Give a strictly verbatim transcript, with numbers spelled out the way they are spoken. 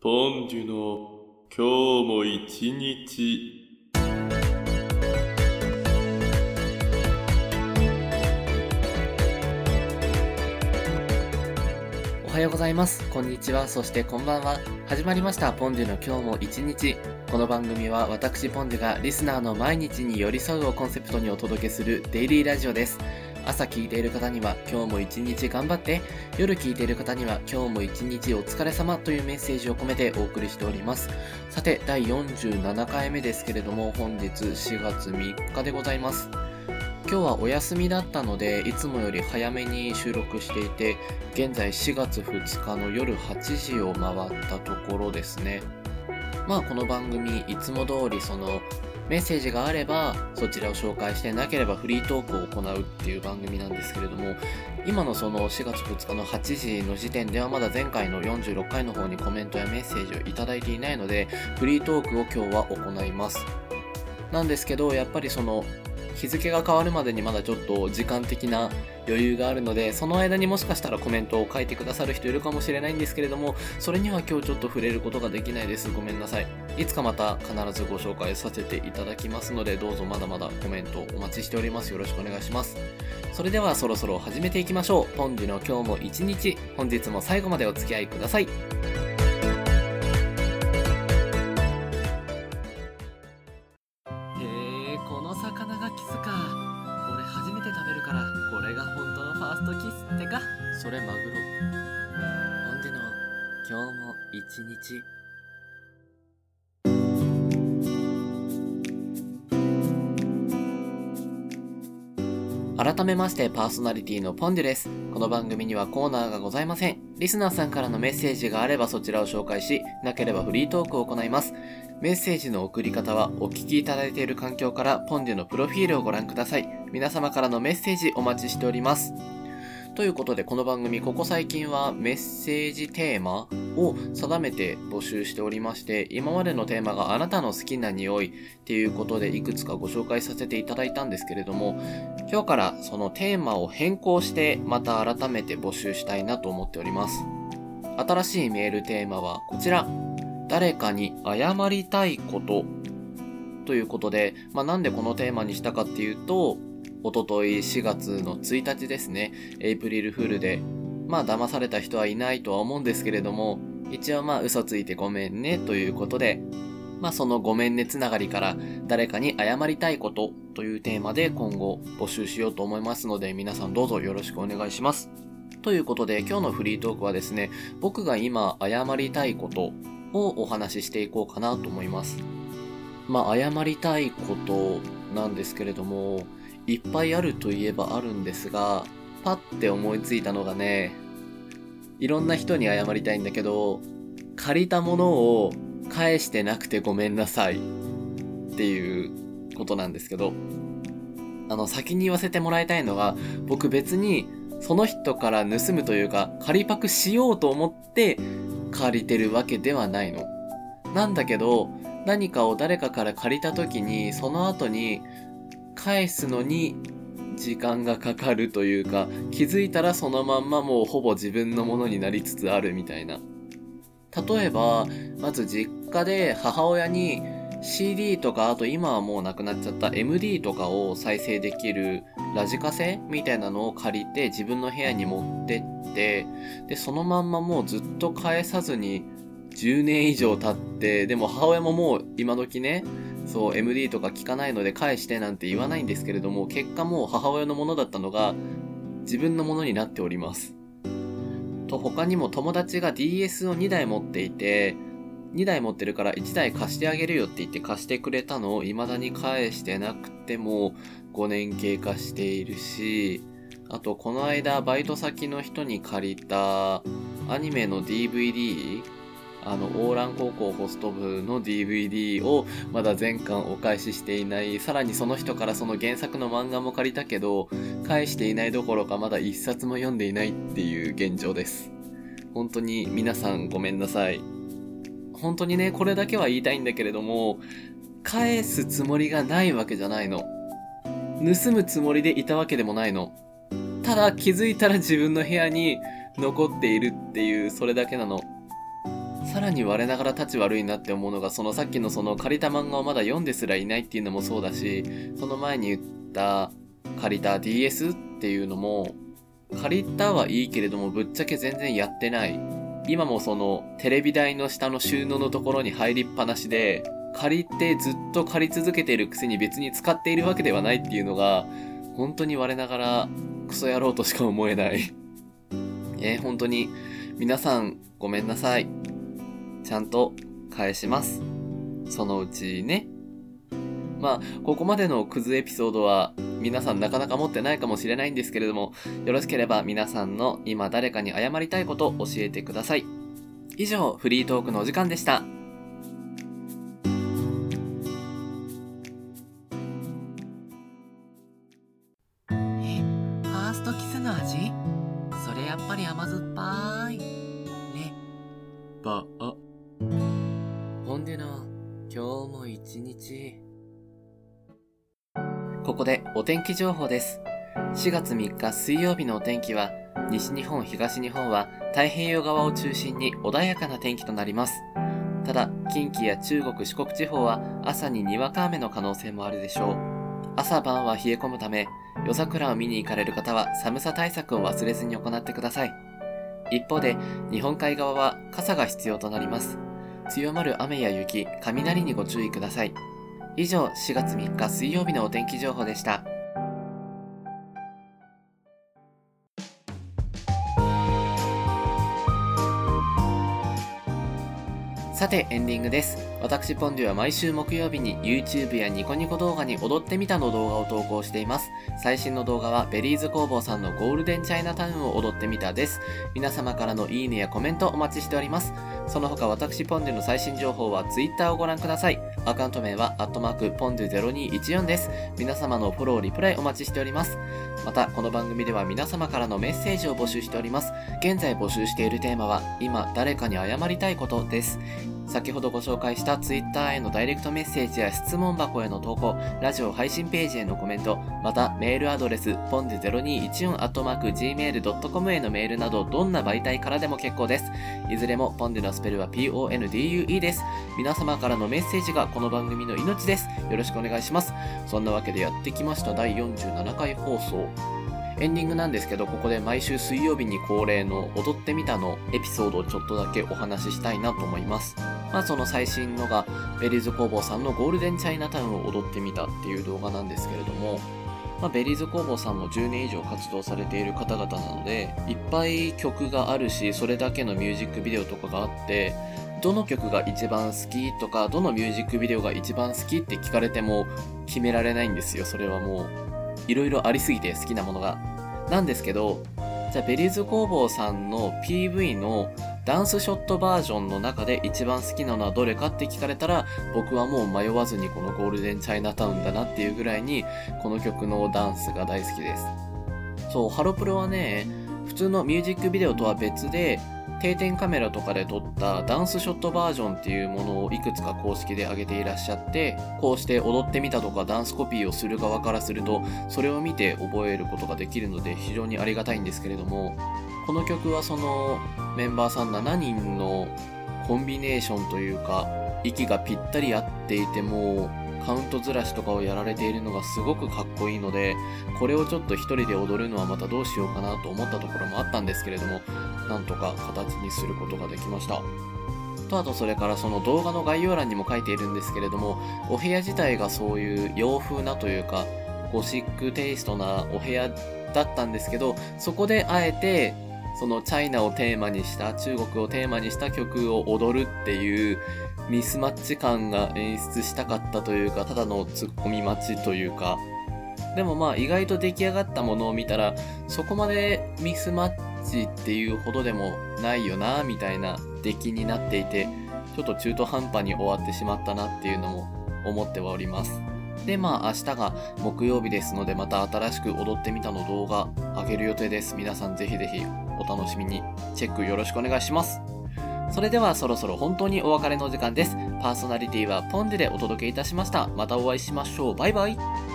ポンデュの今日も一日。 おはようございます。こんにちは。そしてこんばんは。始まりましたポンデュの今日も一日。この番組は私ポンデュがリスナーの毎日に寄り添うをコンセプトにお届けするデイリーラジオです。朝聞いている方には今日も一日頑張って、夜聞いている方には今日も一日お疲れ様というメッセージを込めてお送りしております。さてだいよんじゅうななかいめですけれども、本日しがつみっかでございます。今日はお休みだったのでいつもより早めに収録していて、現在しがつふつかの夜はちじを回ったところですね。まあこの番組いつも通りそのメッセージがあればそちらを紹介して、なければフリートークを行うっていう番組なんですけれども、今のそのしがつふつかのはちじの時点ではまだ前回のよんじゅうろっかいの方にコメントやメッセージをいただいていないので、フリートークを今日は行います。なんですけど、やっぱりその日付が変わるまでにまだちょっと時間的な余裕があるので、その間にもしかしたらコメントを書いてくださる人いるかもしれないんですけれども、それには今日ちょっと触れることができないです。ごめんなさい。いつかまた必ずご紹介させていただきますので、どうぞまだまだコメントお待ちしております。よろしくお願いします。それではそろそろ始めていきましょう。ポンデュの今日も一日、本日も最後までお付き合いください。へー、この魚がキスか。俺初めて食べるから、これが本当のファーストキスってか。それマグロ。ポンデュの今日も一日。改めましてパーソナリティのポンデュです。この番組にはコーナーがございません。リスナーさんからのメッセージがあればそちらを紹介し、なければフリートークを行います。メッセージの送り方はお聞きいただいている環境からポンデュのプロフィールをご覧ください。皆様からのメッセージお待ちしております。ということで、この番組ここ最近はメッセージテーマを定めて募集しておりまして、今までのテーマがあなたの好きな匂いっていうことでいくつかご紹介させていただいたんですけれども、今日からそのテーマを変更してまた改めて募集したいなと思っております。新しいメールテーマはこちら。誰かに謝りたいことということで、まあ、なんでこのテーマにしたかっていうと、おとといしがつのついたちですね、エイプリルフールで、まあ騙された人はいないとは思うんですけれども、一応まあ嘘ついてごめんねということで、まあそのごめんねつながりから誰かに謝りたいことというテーマで今後募集しようと思いますので、皆さんどうぞよろしくお願いします。ということで今日のフリートークはですね、僕が今謝りたいことをお話ししていこうかなと思います。まあ謝りたいことなんですけれども、いっぱいあるといえばあるんですが、パッて思いついたのがね、いろんな人に謝りたいんだけど、借りたものを返してなくてごめんなさいっていうことなんですけど、あの先に言わせてもらいたいのが、僕別にその人から盗むというか借りパクしようと思って借りてるわけではないの。なんだけど、何かを誰かから借りた時にその後に返すのに時間がかかるというか、気づいたらそのまんまもうほぼ自分のものになりつつあるみたいな。例えばまず実家で母親に シーディー とか、あと今はもうなくなっちゃった エムディー とかを再生できるラジカセみたいなのを借りて自分の部屋に持ってって、でそのまんまもうずっと返さずにじゅうねん以上経って、でも母親ももう今時ね、そう エムディー とか聞かないので返してなんて言わないんですけれども、結果もう母親のものだったのが自分のものになっております。と他にも友達が ディーエス をにだい持っていて、にだい持ってるからいちだい貸してあげるよって言って貸してくれたのを未だに返してなくてもごねん経過しているし、あとこの間バイト先の人に借りたアニメの ディーブイディー、あのオーラン高校ホスト部の ディーブイディー をまだ全巻お返ししていない。さらにその人からその原作の漫画も借りたけど返していないどころかまだ一冊も読んでいないっていう現状です。本当に皆さんごめんなさい。本当にね、これだけは言いたいんだけれども、返すつもりがないわけじゃないの。盗むつもりでいたわけでもないの。ただ気づいたら自分の部屋に残っているっていう、それだけなの。 さらに我ながら立ち悪いなって思うのが、そのさっきのその借りた漫画をまだ読んですらいないっていうのもそうだし、その前に言った借りた ディーエス っていうのも、借りたはいいけれどもぶっちゃけ全然やってない。今もそのテレビ台の下の収納のところに入りっぱなしで、借りてずっと借り続けているくせに別に使っているわけではないっていうのが、本当に我ながらクソ野郎としか思えない。えー、本当に皆さんごめんなさい。ちゃんと返します。そのうちね。まあ、ここまでのクズエピソードは皆さんなかなか持ってないかもしれないんですけれども、よろしければ皆さんの今誰かに謝りたいことを教えてください。以上、フリートークのお時間でした。え、ファーストキスの味？それやっぱり甘酸っぱい。ね。ばあ。ポンデュの今日も一日。ここでお天気情報です。しがつみっか水曜日のお天気は、西日本、東日本は太平洋側を中心に穏やかな天気となります。ただ、近畿や中国、四国地方は朝ににわか雨の可能性もあるでしょう。朝晩は冷え込むため、夜桜を見に行かれる方は寒さ対策を忘れずに行ってください。一方で、日本海側は傘が必要となります。強まる雨や雪、雷にご注意ください。以上、しがつみっか水曜日のお天気情報でした。さて、エンディングです。私ポンデュは毎週木曜日に YouTube やニコニコ動画に踊ってみたの動画を投稿しています。最新の動画はベリーズ工房さんのゴールデンチャイナタウンを踊ってみたです。皆様からのいいねやコメントお待ちしております。その他私ポンデュの最新情報は Twitter をご覧ください。アカウント名はアットマークポンデュゼロにいちよんです。皆様のフォロー、リプライお待ちしております。また、この番組では皆様からのメッセージを募集しております。現在募集しているテーマは、今誰かに謝りたいことです。先ほどご紹介した Twitter へのダイレクトメッセージや質問箱への投稿、ラジオ配信ページへのコメント、またメールアドレスポンデュゼロにいちよんアットマークジーメールドットコム へのメールなど、どんな媒体からでも結構です。いずれもポンデュのスペルは ピーオーエヌディーユーイー です。皆様からのメッセージがこの番組の命です。よろしくお願いします。そんなわけでやってきましただいよんじゅうななかい放送。エンディングなんですけど、ここで毎週水曜日に恒例の踊ってみたのエピソードをちょっとだけお話ししたいなと思います。まあその最新のがベリーズ工房さんのゴールデンチャイナタウンを踊ってみたっていう動画なんですけれども、まあ、ベリーズ工房さんもじゅうねん以上活動されている方々なので、いっぱい曲があるし、それだけのミュージックビデオとかがあって、どの曲が一番好きとか、どのミュージックビデオが一番好きって聞かれても決められないんですよ。それはもういろいろありすぎて好きなものが。なんですけど、じゃあベリーズ工房さんの ピーブイ のダンスショットバージョンの中で一番好きなのはどれかって聞かれたら、僕はもう迷わずにこのゴールデンチャイナタウンだなっていうぐらいに、この曲のダンスが大好きです。そう、ハロプロはね、普通のミュージックビデオとは別で、定点カメラとかで撮ったダンスショットバージョンっていうものをいくつか公式で上げていらっしゃって、こうして踊ってみたとかダンスコピーをする側からすると、それを見て覚えることができるので非常にありがたいんですけれども、この曲はそのメンバーさんしちにんのコンビネーションというか、息がぴったり合っていて、もカウントずらしとかをやられているのがすごくかっこいいので、これをちょっと一人で踊るのはまたどうしようかなと思ったところもあったんですけれども、なんとか形にすることができました。と、あとそれからその動画の概要欄にも書いているんですけれども、お部屋自体がそういう洋風なというかゴシックテイストなお部屋だったんですけど、そこであえてそのチャイナをテーマにした、中国をテーマにした曲を踊るっていうミスマッチ感が演出したかったというか、ただのツッコミ待ちというか、でもまあ意外と出来上がったものを見たら、そこまでミスマッチっていうほどでもないよなみたいな出来になっていて、ちょっと中途半端に終わってしまったなっていうのも思ってはおります。で、まあ明日が木曜日ですので、また新しく踊ってみたの動画上げる予定です。皆さんぜひぜひお楽しみに。チェックよろしくお願いします。それではそろそろ本当にお別れの時間です。パーソナリティはポンデでお届けいたしました。またお会いしましょう。バイバイ。